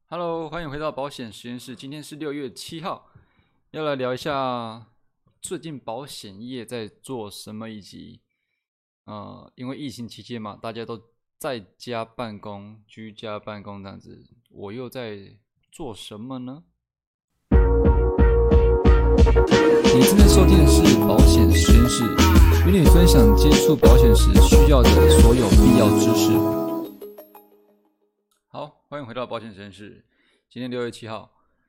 Hello，欢迎回到保险实验室。今天是6月7号，要来聊一下最近保险业在做什么，以及因为疫情期间嘛，大家都在家办公、居家办公这样子，我又在做什么呢？你正在收听的是保险实验室，与你分享接触保险时需要的所有必要知识。好，欢迎回到保险实验室。今天6月7号，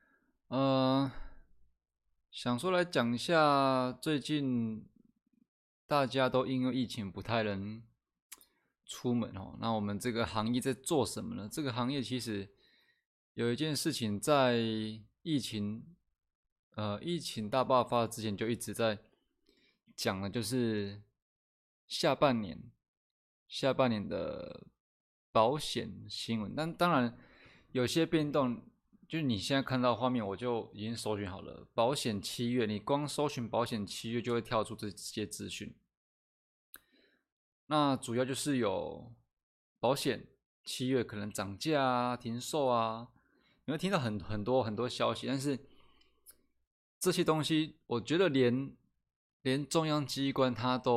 想说来讲一下最近大家都因为疫情不太能出门哦，那我们这个行业在做什么呢？这个行业其实有一件事情在疫情疫情大爆发之前就一直在讲的，就是下半年的保险新闻。但当然有些变动，就是你现在看到画面，我就已经搜寻好了。保险7月，你光搜寻保险7月就会跳出这些资讯。那主要就是有保险7月可能涨价啊、停售啊，你会听到很多消息，但是这些东西，我觉得连中央机关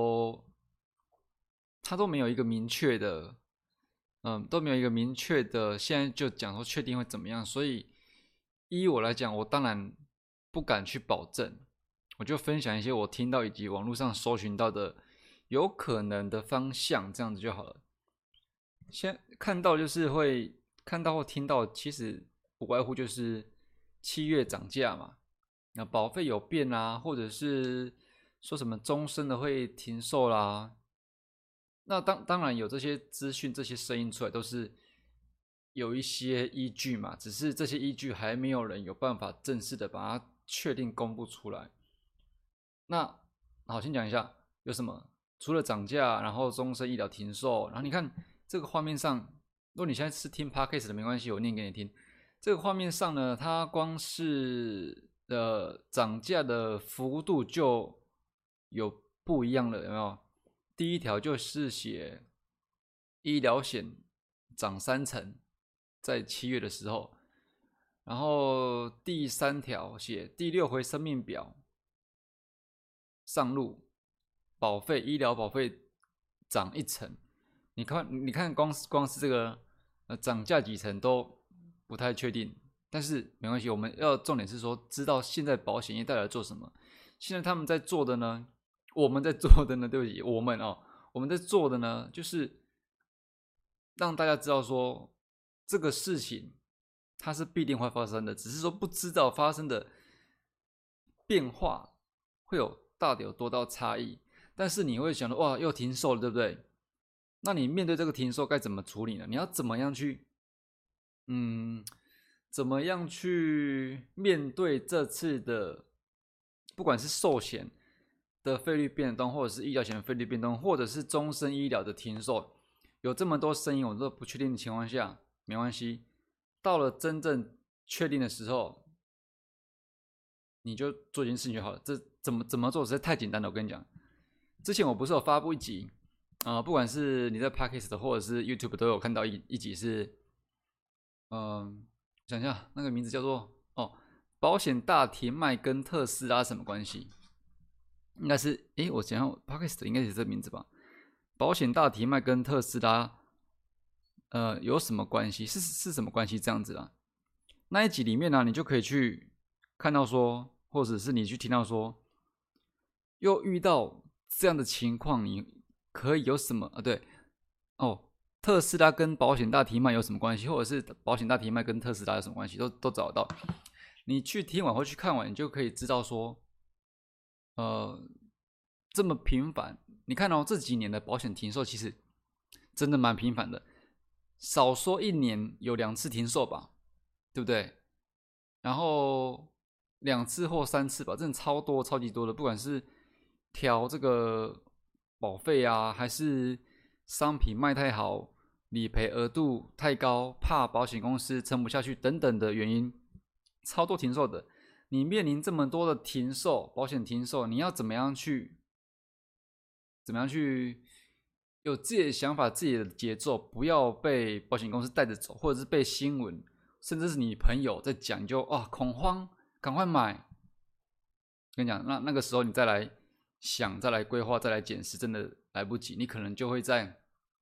它都没有一个明确的，都没有一个明确的，现在就讲说确定会怎么样，所以依我来讲，我当然不敢去保证，我就分享一些我听到以及网络上搜寻到的有可能的方向，这样子就好了。先看到就是会看到或听到，其实不外乎就是7月涨价嘛，那保费有变啊，或者是说什么终身的会停售啦。那当然有这些资讯、这些声音出来，都是有一些依据嘛，只是这些依据还没有人有办法正式的把它确定公布出来。那好，先讲一下有什么，除了涨价，然后终身医疗停售，然后你看这个画面上，如果你现在是听 podcast 的没关系，我念给你听。这个画面上呢，它光是涨价的幅度就有不一样了，有没有？第一条就是写医疗险涨3成，在7月的时候，然后第3条写第6回生命表上路，医疗保费涨1成。你看，光是这个涨价几成都不太确定，但是没关系，我们要重点是说，知道现在保险业到底在做什么。现在他们在做的呢，我们在做的呢，对不起，我们在做的呢，就是让大家知道说这个事情它是必定会发生的，只是说不知道发生的变化会到底有多大差异。但是你会想到，哇，又停售了，对不对？那你面对这个停售该怎么处理呢？你要怎么样去，嗯，怎么样去面对这次的，不管是寿险的费率变动，或者是医疗险的费率变动，或者是终身医疗的停售，有这么多声音，我都不确定的情况下，没关系，到了真正确定的时候，你就做一件事情就好了。这怎么做实在太简单了，我跟你讲。之前我不是有发布一集不管是你在 Podcast 或者是 YouTube 都有看到一集是，想一下那个名字叫做保险大停卖跟特斯拉什么关系？应该是我想想 Podcast 应该是这个名字吧？保险大停卖跟特斯拉有什么关系？是什么关系？这样子啊？那一集里面呢，你就可以去看到说，或者是你去听到说，又遇到这样的情况，你可以有什么对特斯拉跟保险大提卖有什么关系，或者是保险大提卖跟特斯拉有什么关系，都找得到。你去听完或去看完，你就可以知道说，这么频繁，你看这几年的保险停售其实真的蛮频繁的，少说一年有2次停售吧，对不对？然后2次或3次吧，真的超多超级多的，不管是调这个保费啊，还是商品卖太好，理赔额度太高，怕保险公司撑不下去等等的原因，超多停售的。你面临这么多的停售，保险停售，你要怎么样去有自己的想法、自己的节奏，不要被保险公司带着走，或者是被新闻甚至是你朋友在讲，你就恐慌，赶快买。跟你讲，那个时候你再来想、再来规划、再来检视，真的来不及。你可能就会在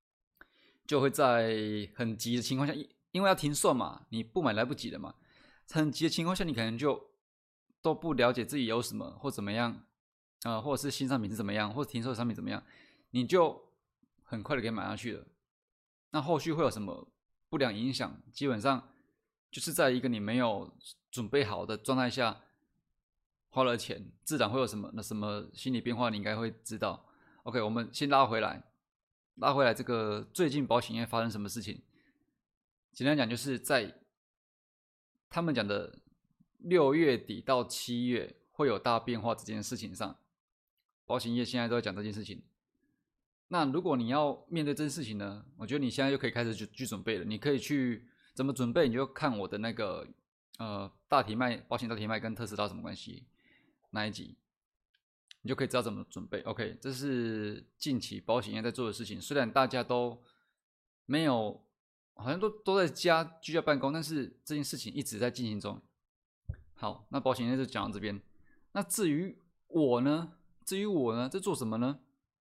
很急的情况下，因为要停售嘛，你不买来不及了嘛。很急的情况下，你可能就都不了解自己有什么或怎么样，或者是新商品是怎么样，或者停售的商品怎么样，你就很快的给买下去了。那后续会有什么不良影响？基本上就是在一个你没有准备好的状态下花了钱，自然会有什么心理变化，你应该会知道。OK， 我们先拉回来这个最近保险业发生什么事情？简单讲，就是在他们讲的6月底到7月会有大变化这件事情上，保险业现在都在讲这件事情。那如果你要面对这件事情呢，我觉得你现在就可以开始去准备了。你可以去怎么准备，你就看我的那个大体卖保险大体卖跟特斯拉什么关系那一集，你就可以知道怎么准备。OK， 这是近期保险业在做的事情。虽然大家都没有，好像都在居家办公，但是这件事情一直在进行中。好，那保险业就讲到这边。那至于我呢，在做什么呢？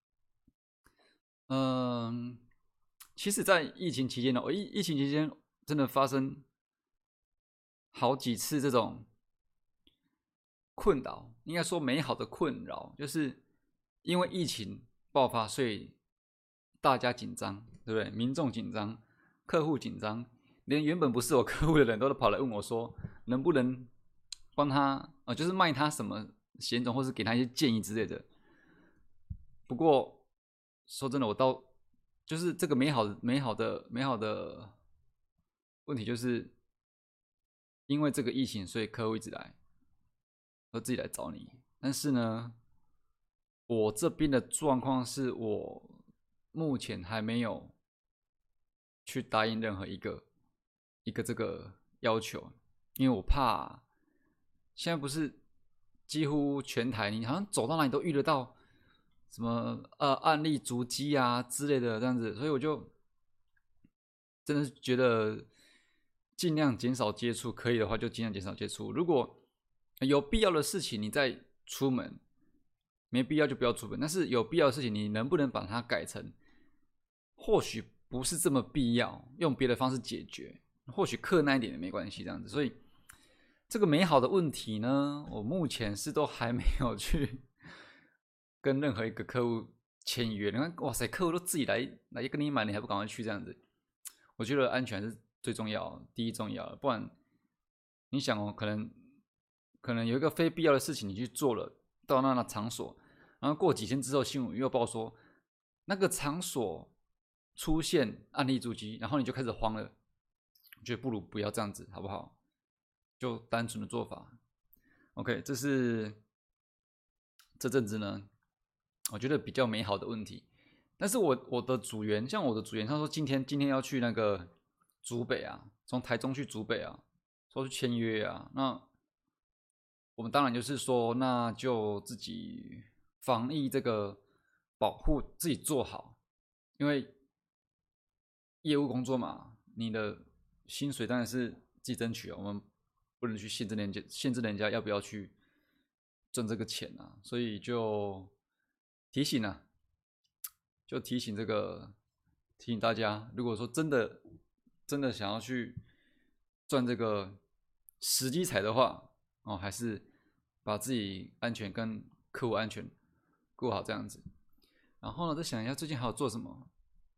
其实，在疫情期间呢，疫情期间真的发生好几次这种困扰，应该说美好的困扰，就是因为疫情爆发，所以大家紧张，对不对？民众紧张，客户紧张，连原本不是我客户的人都跑来问我说，能不能帮他就是卖他什么险种，或是给他一些建议之类的。不过说真的，就是这个美好的问题，就是因为这个疫情，所以客户一直来，都自己来找你。但是呢，我这边的状况是我目前还没有去答应任何一个这个要求，因为我怕现在不是几乎全台，你好像走到哪里都遇得到什么案例足迹啊之类的这样子，所以我就真的是觉得尽量减少接触，可以的话就尽量减少接触。如果有必要的事情，你再出门；没必要就不要出门。但是有必要的事情，你能不能把它改成或许不是这么必要，用别的方式解决？或许克难一点也没关系，这样子。所以这个美好的问题呢，我目前是都还没有去跟任何一个客户签约。你看，哇塞，客户都自己来跟你买，你还不赶快去这样子？我觉得安全是最重要，第一重要的。不然你想哦，可能有一个非必要的事情你去做了，到那场所，然后过几天之后新闻又报说那个场所出现案例足迹，然后你就开始慌了。我觉得不如不要这样子，好不好？就单纯的做法。OK， 这是这阵子呢，我觉得比较美好的问题。但是我的组员，像我的组员，他说今天要去那个竹北啊，从台中去竹北啊，说去签约啊。那我们当然就是说，那就自己防疫这个保护自己做好，因为业务工作嘛，你的薪水当然是自己争取啊，我们不能去限制人家要不要去挣这个钱啊，所以就提醒啊，就提醒大家，如果说真的想要去赚这个时机财的话，还是把自己安全跟客户安全顾好这样子。然后呢，再想一下最近还有做什么？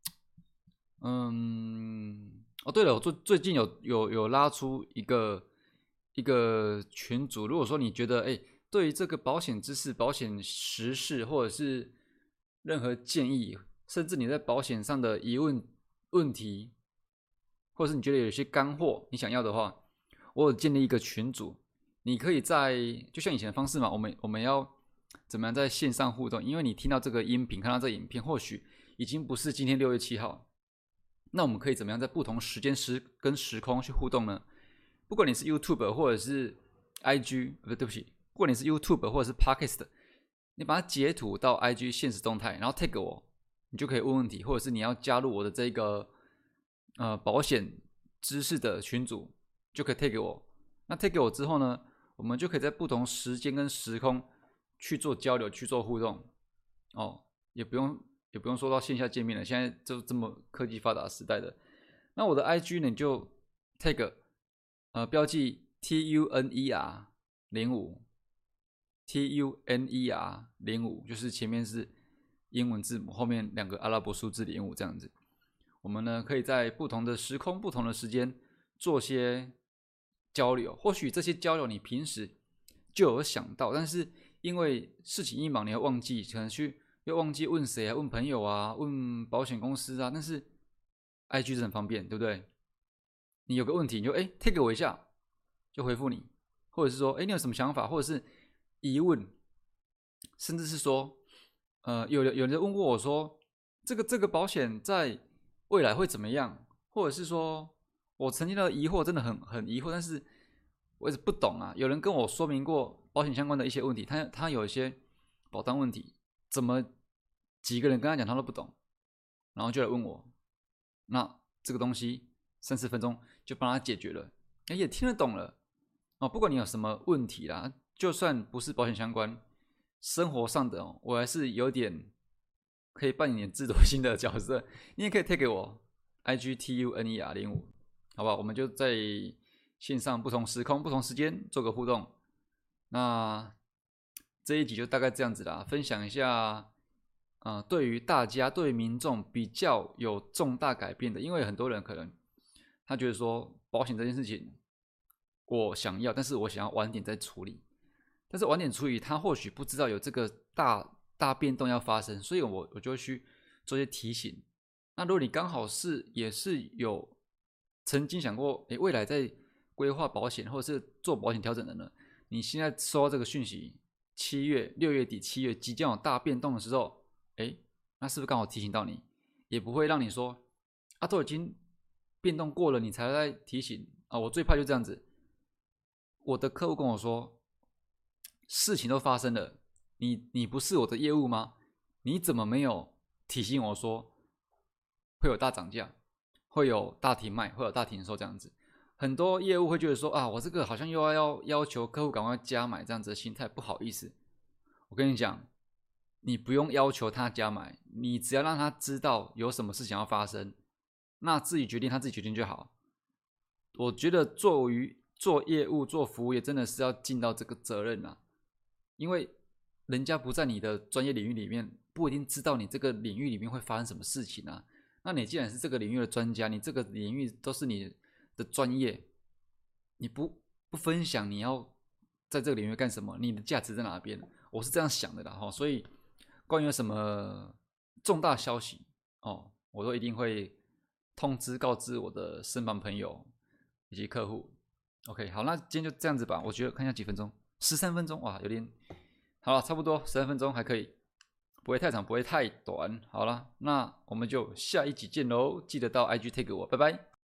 对了，我最近有拉出一个群组，如果说你觉得对于这个保险知识、保险时事，或者是任何建议，甚至你在保险上的疑问题，或者是你觉得有些干货你想要的话，我有建立一个群组，你可以就像以前的方式嘛，我们要怎么样在线上互动？因为你听到这个音频，看到这个影片，或许已经不是今天6月7号。那我们可以怎么样在不同时间跟时空去互动呢？不管你是 YouTube 或者是 IG， 对不起，不管你是 YouTube 或者是 Podcast， 你把它截图到 IG 限时动态，然后 tag 我，你就可以问问题，或者是你要加入我的这个保险知识的群组， 就可以 take 给我。那 take 给我之后呢，我们就可以在不同时间跟时空去做交流，去做互动。哦，也不用说到线下见面了，现在就这么科技发达的时代的。那我的 IG 呢，你就 tag 标记 TUNER05 TUNER05，就是前面是英文字母，后面2个阿拉伯数字05这样子。我们呢可以在不同的时空、不同的时间做些交流。或许这些交流你平时就有想到，但是因为事情一忙，你会忘记，可能又忘记问谁啊，问朋友啊，问保险公司啊。但是 IG 是很方便，对不对？你有个问题，你就take 给我一下，就回复你，或者是说你有什么想法，或者是疑问，甚至是说有人问过我说这个保险在未来会怎么样，或者是说我曾经的疑惑真的很疑惑，但是我一直不懂啊。有人跟我说明过保险相关的一些问题，他有一些保单问题，怎么几个人跟他讲他都不懂，然后就来问我，那这个东西3-4分钟就帮他解决了，也听得懂了哦。不管你有什么问题啦，就算不是保险相关，生活上的我还是有点可以扮演智多星的角色。你也可以 take 给我 IGTUNER05，好不好？我们就在线上不同时空、不同时间做个互动。那这一集就大概这样子啦，分享一下。对于大家、对于民众比较有重大改变的，因为很多人可能他觉得说保险这件事情我想要，但是我想要晚点再处理，但是晚点处理他或许不知道有这个大变动要发生，所以我就会去做一些提醒。那如果你刚好也是有曾经想过未来在规划保险或者是做保险调整的呢，你现在收到这个讯息6月底7月即将有大变动的时候，那是不是刚好提醒到你，也不会让你说都已经变动过了你才在提醒啊。我最怕就这样子，我的客户跟我说事情都发生了，你不是我的业务吗？你怎么没有提醒我说会有大涨价，会有大停卖，会有大停售这样子？很多业务会觉得说我这个好像又要求客户赶快加买这样子的心态，不好意思，我跟你讲，你不用要求他加买，你只要让他知道有什么事情要发生，那他自己决定就好。我觉得做业务、做服务业真的是要尽到这个责任啊，因为人家不在你的专业领域里面，不一定知道你这个领域里面会发生什么事情啊。那你既然是这个领域的专家，你这个领域都是你的专业，你不分享你要在这个领域干什么，你的价值在哪边？我是这样想的啦。所以关于有什么重大消息我都一定会告知我的身旁朋友以及客户。OK， 好，那今天就这样子吧。我觉得看一下几分钟，13分钟，哇，有点好了，差不多13分钟还可以，不会太长，不会太短。好了，那我们就下一集见喽，记得到 IG take 我，拜拜。